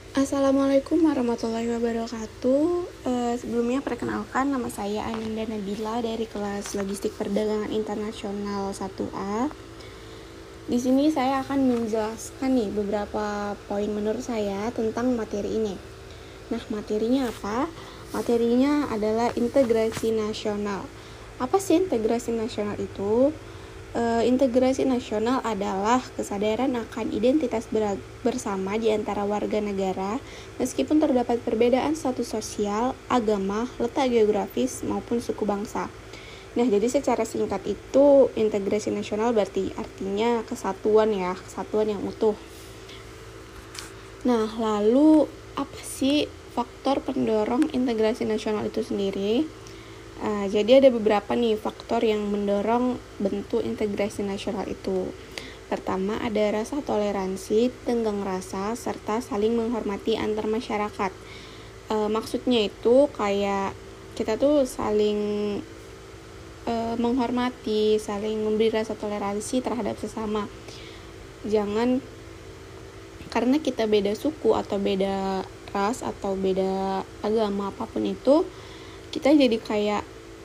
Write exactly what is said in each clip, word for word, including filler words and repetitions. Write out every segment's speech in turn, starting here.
Assalamualaikum warahmatullahi wabarakatuh. Uh, sebelumnya perkenalkan, nama saya Ananda Nabila dari kelas Logistik Perdagangan Internasional satu A. Di sini saya akan menjelaskan nih beberapa poin menurut saya tentang materi ini. Nah, materinya apa? Materinya adalah integrasi nasional. Apa sih integrasi nasional itu? E, integrasi nasional adalah kesadaran akan identitas bersama di antara warga negara, meskipun terdapat perbedaan status sosial, agama, letak geografis, maupun suku bangsa. Nah, jadi secara singkat itu integrasi nasional berarti artinya kesatuan ya, kesatuan yang utuh. Nah, lalu apa sih faktor pendorong integrasi nasional itu sendiri? Uh, jadi ada beberapa nih faktor yang mendorong bentuk integrasi nasional itu. Pertama, ada rasa toleransi, tenggang rasa, serta saling menghormati antar masyarakat. Uh, maksudnya itu kayak kita tuh saling uh, menghormati, saling memberi rasa toleransi terhadap sesama. Jangan karena kita beda suku atau beda ras atau beda agama apapun itu, kita jadi kayak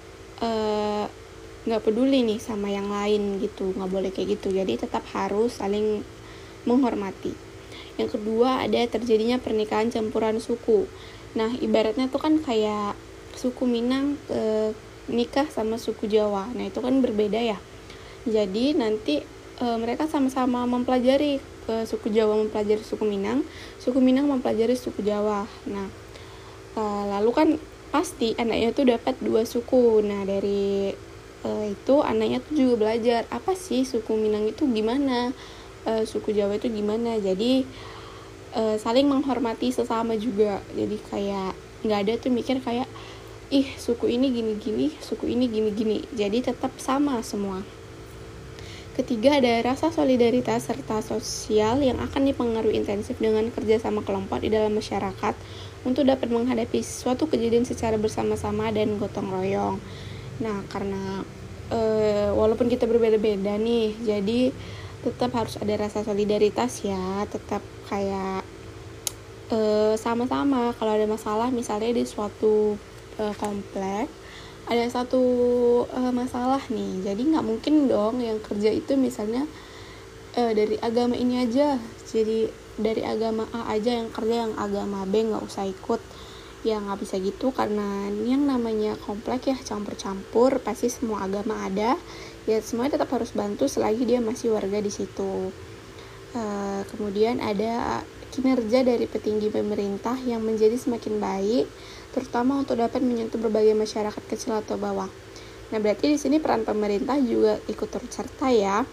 nggak uh, peduli nih sama yang lain gitu, nggak boleh kayak gitu. Jadi tetap harus saling menghormati. Yang kedua, ada terjadinya pernikahan campuran suku. Nah, ibaratnya tuh kan kayak suku Minang e, nikah sama suku Jawa. Nah, itu kan berbeda ya. Jadi nanti e, mereka sama-sama mempelajari, e, suku Jawa mempelajari suku Minang, suku Minang mempelajari suku Jawa. Nah, e, lalu kan pasti anaknya tuh dapat dua suku. Nah, dari uh, itu anaknya tuh juga belajar apa sih suku Minang itu gimana, uh, suku Jawa itu gimana. Jadi uh, saling menghormati sesama juga. Jadi kayak nggak ada tuh mikir kayak ih suku ini gini-gini, suku ini gini-gini. Jadi tetap sama semua. Ketiga, ada rasa solidaritas serta sosial yang akan dipengaruhi intensif dengan kerjasama kelompok di dalam masyarakat untuk dapat menghadapi suatu kejadian secara bersama-sama dan gotong royong. Nah, karena e, walaupun kita berbeda-beda nih, jadi tetap harus ada rasa solidaritas ya, tetap kayak e, sama-sama kalau ada masalah misalnya di suatu e, komplek, ada satu uh, masalah nih, jadi nggak mungkin dong yang kerja itu misalnya uh, dari agama ini aja, jadi dari agama A aja yang kerja, yang agama B nggak usah ikut. Ya nggak bisa gitu, karena yang namanya komplek ya campur-campur, pasti semua agama ada, ya semuanya tetap harus bantu selagi dia masih warga di situ. Uh, kemudian ada kinerja dari petinggi pemerintah yang menjadi semakin baik, terutama untuk dapat menyentuh berbagai masyarakat kecil atau bawah. Nah, berarti di sini peran pemerintah juga ikut turut serta ya.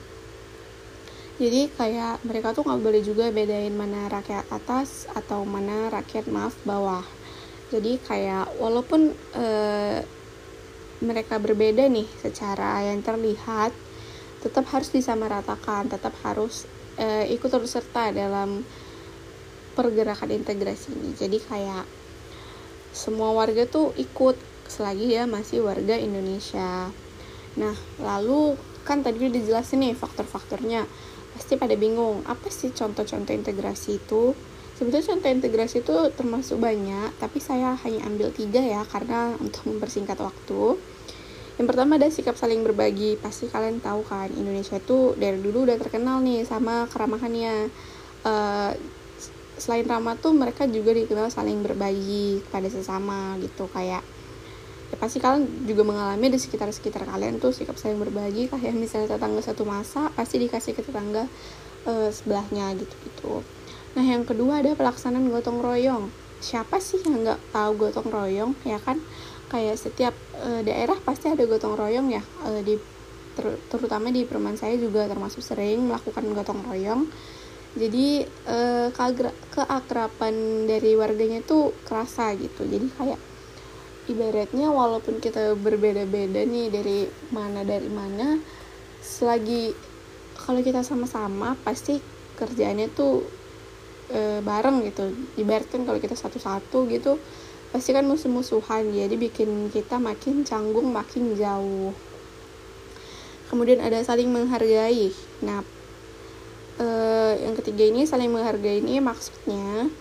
Jadi kayak mereka tuh nggak boleh juga bedain mana rakyat atas atau mana rakyat maaf bawah. Jadi kayak walaupun e, mereka berbeda nih secara yang terlihat, tetap harus disamaratakan, tetap harus e, ikut turut serta dalam pergerakan integrasi ini. Jadi kayak semua warga tuh ikut selagi dia masih warga Indonesia. Nah, lalu kan tadi udah dijelasin nih faktor-faktornya. Pasti pada bingung, apa sih contoh-contoh integrasi itu? Sebetulnya contoh integrasi itu termasuk banyak, tapi saya hanya ambil tiga ya, karena untuk mempersingkat waktu. Yang pertama ada sikap saling berbagi. Pasti kalian tahu kan, Indonesia itu dari dulu udah terkenal nih sama keramahannya. Uh, Selain ramah tuh mereka juga dikenal saling berbagi kepada sesama gitu. Kayak ya pasti kalian juga mengalami di sekitar-sekitar kalian tuh sikap saling berbagi. Kayak misalnya tetangga satu masa pasti dikasih ke tetangga e, sebelahnya gitu-gitu. Nah, yang kedua ada pelaksanaan gotong royong. Siapa sih yang gak tahu gotong royong ya kan? Kayak setiap e, daerah pasti ada gotong royong ya. e, di ter, terutama di perumahan saya juga termasuk sering melakukan gotong royong. Jadi eh, keakraban dari warganya tuh kerasa gitu. Jadi kayak ibaratnya walaupun kita berbeda-beda nih dari mana dari mana, selagi kalau kita sama-sama pasti kerjaannya tuh e, bareng gitu. Ibaratkan kalau kita satu-satu gitu, pasti kan musuh-musuhan, jadi bikin kita makin canggung, makin jauh. Kemudian ada saling menghargai. Nah, Uh, yang ketiga ini saling menghargai ini maksudnya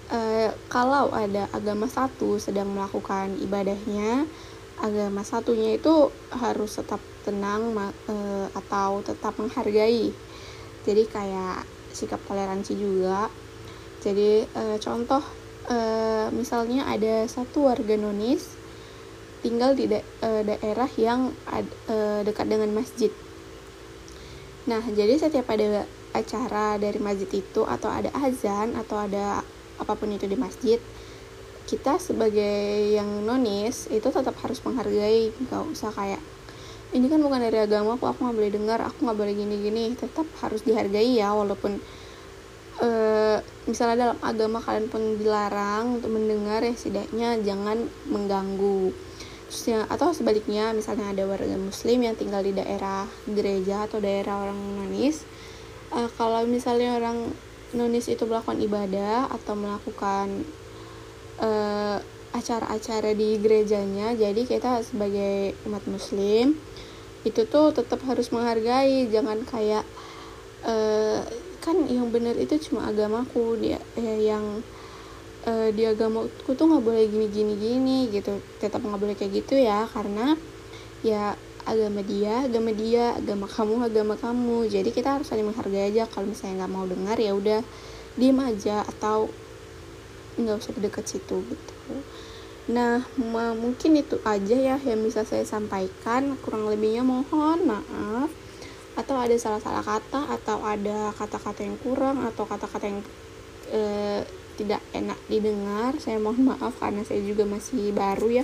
uh, kalau ada agama satu sedang melakukan ibadahnya, agama satunya itu harus tetap tenang uh, atau tetap menghargai. Jadi kayak sikap toleransi juga. Jadi uh, contoh uh, misalnya ada satu warga nonis tinggal di da- uh, daerah yang ad- uh, dekat dengan masjid. Nah, jadi setiap ada acara dari masjid itu atau ada azan atau ada apapun itu di masjid, kita sebagai yang nonis itu tetap harus menghargai. Gak usah kayak ini kan bukan dari agama aku, aku gak boleh dengar, aku gak boleh gini-gini. Tetap harus dihargai ya, walaupun e, misalnya dalam agama kalian pun dilarang untuk mendengar, ya setidaknya jangan mengganggu. Terus ya, atau sebaliknya misalnya ada warga muslim yang tinggal di daerah gereja atau daerah orang nonis, uh, kalau misalnya orang nonis itu melakukan ibadah atau melakukan uh, acara-acara di gerejanya, jadi kita sebagai umat muslim itu tuh tetap harus menghargai. Jangan kayak uh, kan yang benar itu cuma agamaku, dia eh, yang Uh, di agamaku tuh nggak boleh gini gini gini gitu. Tetap nggak boleh kayak gitu ya, karena ya agama dia agama dia agama kamu agama kamu. Jadi kita harus saling menghargai aja. Kalau misalnya nggak mau dengar, ya udah diem aja atau nggak usah deket situ gitu. Nah, ma- mungkin itu aja ya yang bisa saya sampaikan. Kurang lebihnya mohon maaf, atau ada salah-salah kata atau ada kata-kata yang kurang atau kata-kata yang uh, tidak enak didengar, saya mohon maaf karena saya juga masih baru ya.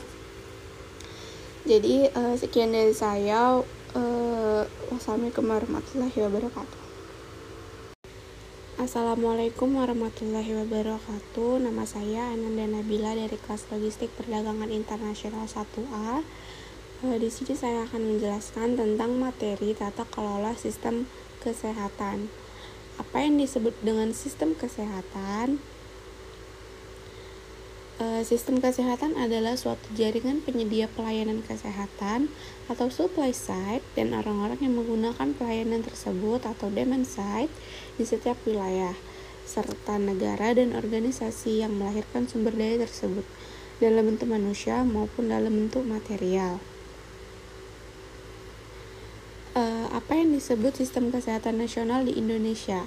Jadi uh, sekian dari saya. uh, Wassalamualaikum warahmatullahi wabarakatuh. Assalamualaikum warahmatullahi wabarakatuh. Nama saya Ananda Nabila dari kelas Logistik Perdagangan Internasional satu A. Uh, di sini saya akan menjelaskan tentang materi tata kelola sistem kesehatan. Apa yang disebut dengan sistem kesehatan? Sistem kesehatan adalah suatu jaringan penyedia pelayanan kesehatan atau supply side dan orang-orang yang menggunakan pelayanan tersebut atau demand side di setiap wilayah, serta negara dan organisasi yang melahirkan sumber daya tersebut dalam bentuk manusia maupun dalam bentuk material. Uh, apa yang disebut sistem kesehatan nasional di Indonesia?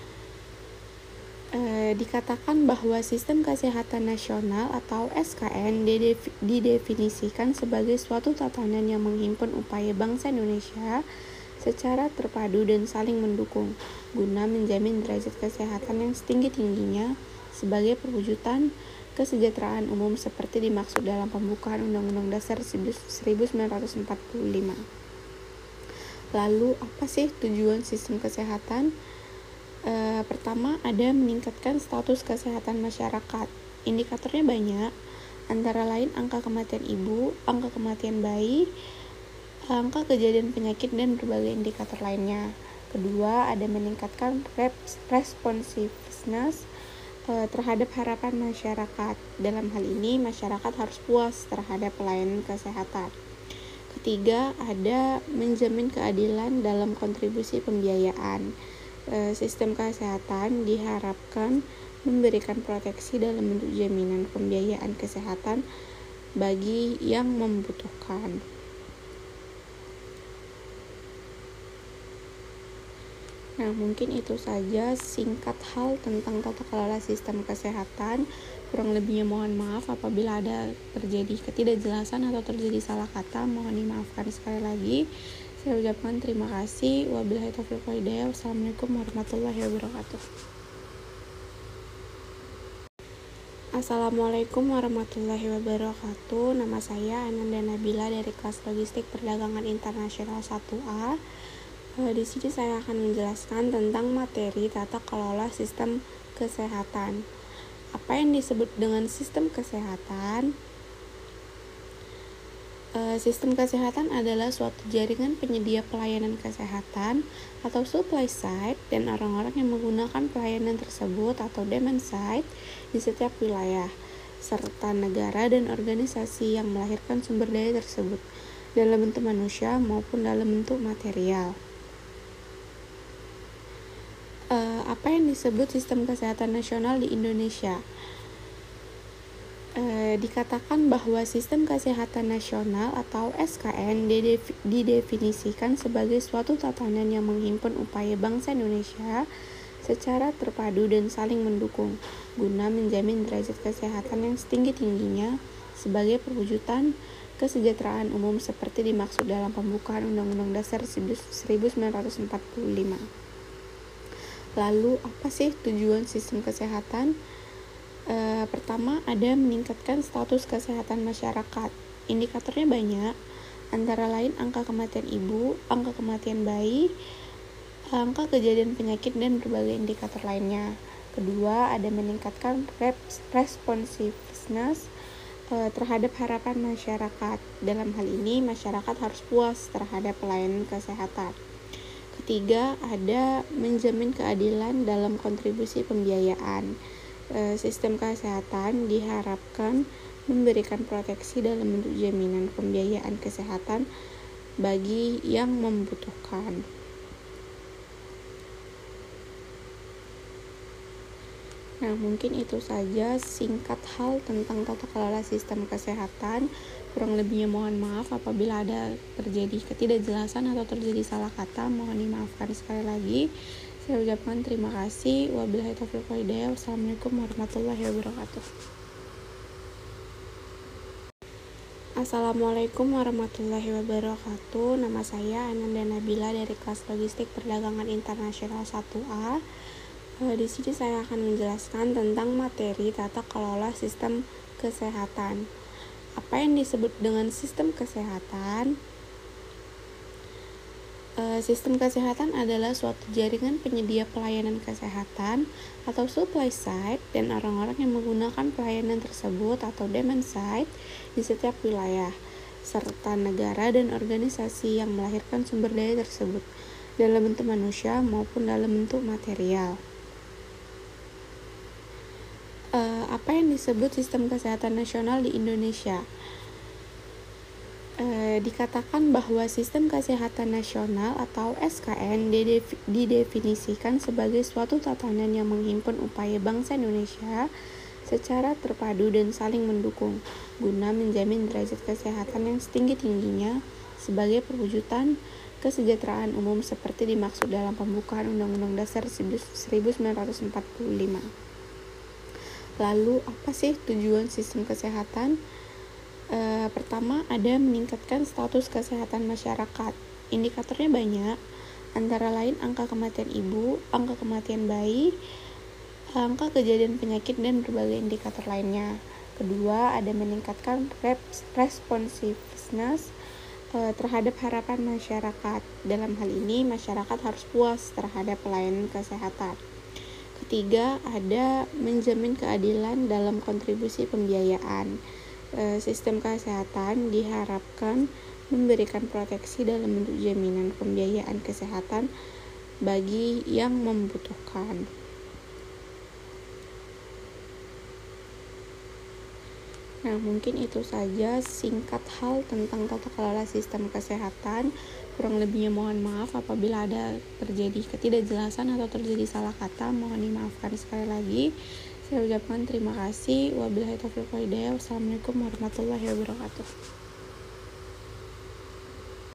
E, dikatakan bahwa sistem kesehatan nasional atau S K N didefinisikan sebagai suatu tatanan yang menghimpun upaya bangsa Indonesia secara terpadu dan saling mendukung guna menjamin derajat kesehatan yang setinggi-tingginya sebagai perwujudan kesejahteraan umum seperti dimaksud dalam pembukaan Undang-Undang Dasar seribu sembilan ratus empat puluh lima. Lalu apa sih tujuan sistem kesehatan? E, pertama, ada meningkatkan status kesehatan masyarakat. Indikatornya banyak, antara lain angka kematian ibu, angka kematian bayi, angka kejadian penyakit, dan berbagai indikator lainnya. Kedua, ada meningkatkan responsiveness e, terhadap harapan masyarakat. Dalam hal ini, masyarakat harus puas terhadap pelayanan kesehatan. Ketiga, ada menjamin keadilan dalam kontribusi pembiayaan. Sistem kesehatan diharapkan memberikan proteksi dalam bentuk jaminan pembiayaan kesehatan bagi yang membutuhkan. Nah, mungkin itu saja singkat hal tentang tata kelola sistem kesehatan. Kurang lebihnya mohon maaf apabila ada terjadi ketidakjelasan atau terjadi salah kata, mohon dimaafkan sekali lagi. Saya ucapkan terima kasih. Wabillahi taufiq wal hidayah. Wassalamualaikum warahmatullahi wabarakatuh. Assalamualaikum warahmatullahi wabarakatuh. Nama saya Ananda Nabila dari kelas Logistik Perdagangan Internasional satu A. Di sini saya akan menjelaskan tentang materi tata kelola sistem kesehatan. Apa yang disebut dengan sistem kesehatan? Sistem kesehatan adalah suatu jaringan penyedia pelayanan kesehatan atau supply side dan orang-orang yang menggunakan pelayanan tersebut atau demand side di setiap wilayah, serta negara dan organisasi yang melahirkan sumber daya tersebut dalam bentuk manusia maupun dalam bentuk material. E, apa yang disebut sistem kesehatan nasional di Indonesia? E, dikatakan bahwa Sistem Kesehatan Nasional atau S K N didefinisikan sebagai suatu tatanan yang menghimpun upaya bangsa Indonesia secara terpadu dan saling mendukung guna menjamin derajat kesehatan yang setinggi-tingginya sebagai perwujudan kesejahteraan umum seperti dimaksud dalam pembukaan Undang-Undang Dasar seribu sembilan ratus empat puluh lima. Lalu, apa sih tujuan sistem kesehatan? E, pertama, ada meningkatkan status kesehatan masyarakat. Indikatornya banyak, antara lain angka kematian ibu, angka kematian bayi, angka kejadian penyakit, dan berbagai indikator lainnya. Kedua, ada meningkatkan responsiveness e, terhadap harapan masyarakat. Dalam hal ini, masyarakat harus puas terhadap pelayanan kesehatan. Ketiga, ada menjamin keadilan dalam kontribusi pembiayaan. E, sistem kesehatan diharapkan memberikan proteksi dalam bentuk jaminan pembiayaan kesehatan bagi yang membutuhkan. Nah, mungkin itu saja singkat hal tentang tata kelola sistem kesehatan. Kurang lebihnya mohon maaf apabila ada terjadi ketidakjelasan atau terjadi salah kata, mohon dimaafkan sekali lagi. Saya ucapkan terima kasih. Wabillahi taufiq wal hidayah. Wassalamualaikum warahmatullahi wabarakatuh. Assalamualaikum warahmatullahi wabarakatuh. Nama saya Ananda Nabila dari kelas Logistik Perdagangan Internasional satu A. E, di sini saya akan menjelaskan tentang materi tata kelola sistem kesehatan. Apa yang disebut dengan sistem kesehatan? Sistem kesehatan adalah suatu jaringan penyedia pelayanan kesehatan atau supply side dan orang-orang yang menggunakan pelayanan tersebut atau demand side di setiap wilayah, serta negara dan organisasi yang melahirkan sumber daya tersebut dalam bentuk manusia maupun dalam bentuk material. Apa yang disebut sistem kesehatan nasional di Indonesia? E, dikatakan bahwa Sistem Kesehatan Nasional atau S K N didefinisikan sebagai suatu tatanan yang menghimpun upaya bangsa Indonesia secara terpadu dan saling mendukung guna menjamin derajat kesehatan yang setinggi-tingginya sebagai perwujudan kesejahteraan umum seperti dimaksud dalam pembukaan Undang-Undang Dasar seribu sembilan ratus empat puluh lima. Lalu, apa sih tujuan sistem kesehatan? E, pertama, ada meningkatkan status kesehatan masyarakat. Indikatornya banyak, antara lain angka kematian ibu, angka kematian bayi, angka kejadian penyakit, dan berbagai indikator lainnya. Kedua, ada meningkatkan responsiveness e, terhadap harapan masyarakat. Dalam hal ini, masyarakat harus puas terhadap pelayanan kesehatan. Ketiga, ada menjamin keadilan dalam kontribusi pembiayaan. E, sistem kesehatan diharapkan memberikan proteksi dalam bentuk jaminan pembiayaan kesehatan bagi yang membutuhkan. Nah, mungkin itu saja singkat hal tentang tata kelola sistem kesehatan. Kurang lebihnya mohon maaf apabila ada terjadi ketidakjelasan atau terjadi salah kata, mohon dimaafkan sekali lagi. Saya ucapkan terima kasih. Wabillahi taufiq wal hidayah. Wassalamualaikum warahmatullahi wabarakatuh.